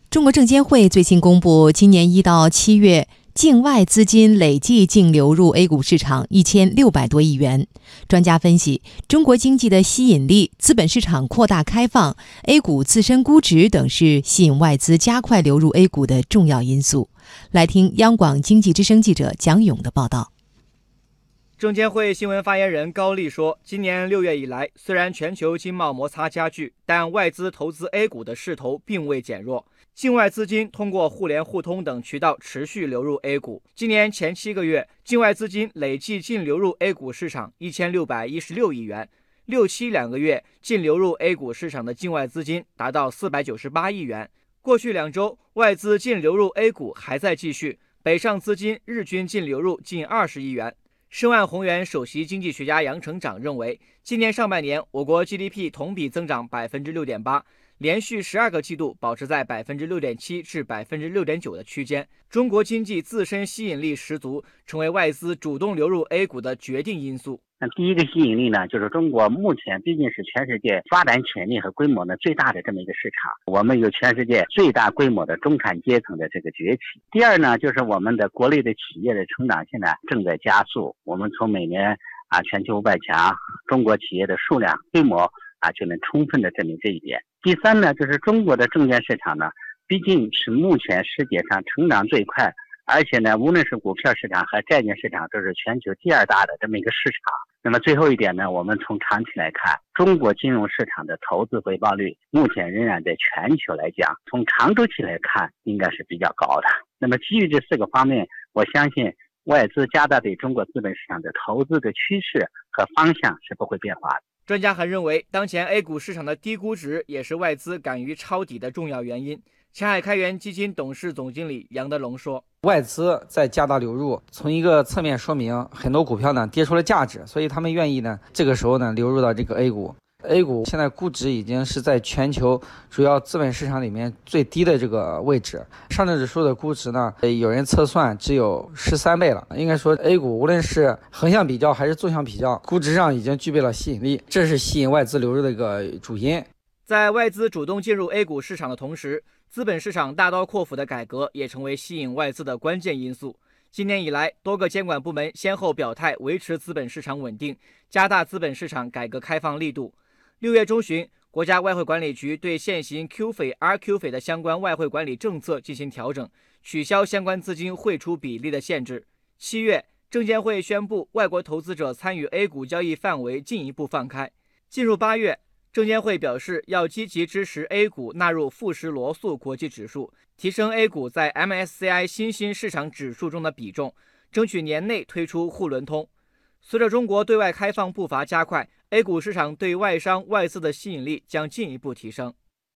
中国证监会最新公布，今年1到7月境外资金累计净流入 A 股市场1600多亿元。专家分析，中国经济的吸引力、资本市场扩大开放、A 股自身估值等是吸引外资加快流入 A 股的重要因素。来听央广经济之声记者蒋勇的报道。 证监会新闻发言人高丽说，今年6月以来，虽然全球经贸摩擦加剧，但外资投资 A 股的势头并未减弱。境外资金通过互联互通等渠道持续流入 A 股。今年前7个月，境外资金累计净流入 A 股市场1616亿元，6、7两个月净流入 A 股市场的境外资金达到498亿元。过去2周，外资净流入 A 股还在继续，北上资金日均净流入近20亿元。申万宏源首席经济学家杨成长认为，今年上半年我国 GDP 同比增长 6.8%， 连续12个季度保持在 6.7% 至 6.9% 的区间。中国经济自身吸引力十足，成为外资主动流入 A 股的决定因素。 那第一个吸引力呢，就是中国目前毕竟是全世界发展潜力和规模的最大的这么一个市场，我们有全世界最大规模的中产阶层的这个崛起。第二呢，就是我们的国内的企业的成长现在正在加速，我们从每年全球500强中国企业的数量规模就能充分的证明这一点。第三呢，就是中国的证券市场呢，毕竟是目前世界上成长最快，而且呢，无论是股票市场和债券市场都是全球第2大的这么一个市场。那么最后一点呢，我们从长期来看，中国金融市场的投资回报率目前仍然在全球来讲，从长周期来看应该是比较高的。那么基于这4个方面，我相信外资加大对中国资本市场的投资的趋势和方向是不会变化的。 专家还认为，当前 A 股市场的低估值也是外资敢于抄底的重要原因。前海开源基金董事总经理杨德龙说， 外资在加大流入，从一个侧面说明很多股票呢跌出了价值，所以他们愿意呢这个时候呢流入到这个 A 股。A 股现在估值已经是在全球主要资本市场里面最低的这个位置，上证指数的估值呢，有人测算只有13倍了。应该说 A 股无论是横向比较还是纵向比较，估值上已经具备了吸引力，这是吸引外资流入的一个主因。 在外资主动进入 A 股市场的同时，资本市场大刀阔斧的改革也成为吸引外资的关键因素。今年以来，多个监管部门先后表态维持资本市场稳定，加大资本市场改革开放力度。6月中旬，国家外汇管理局对现行 Q 费、RQ 费的相关外汇管理政策进行调整，取消相关资金汇出比例的限制。7月，证监会宣布外国投资者参与 A 股交易范围进一步放开。进入8月，证监会表示要积极支持 A 股纳入富时罗素国际指数，提升 A 股在 MSCI 新兴市场指数中的比重，争取年内推出沪伦通。随着中国对外开放步伐加快， A 股市场对外商外资的吸引力将进一步提升。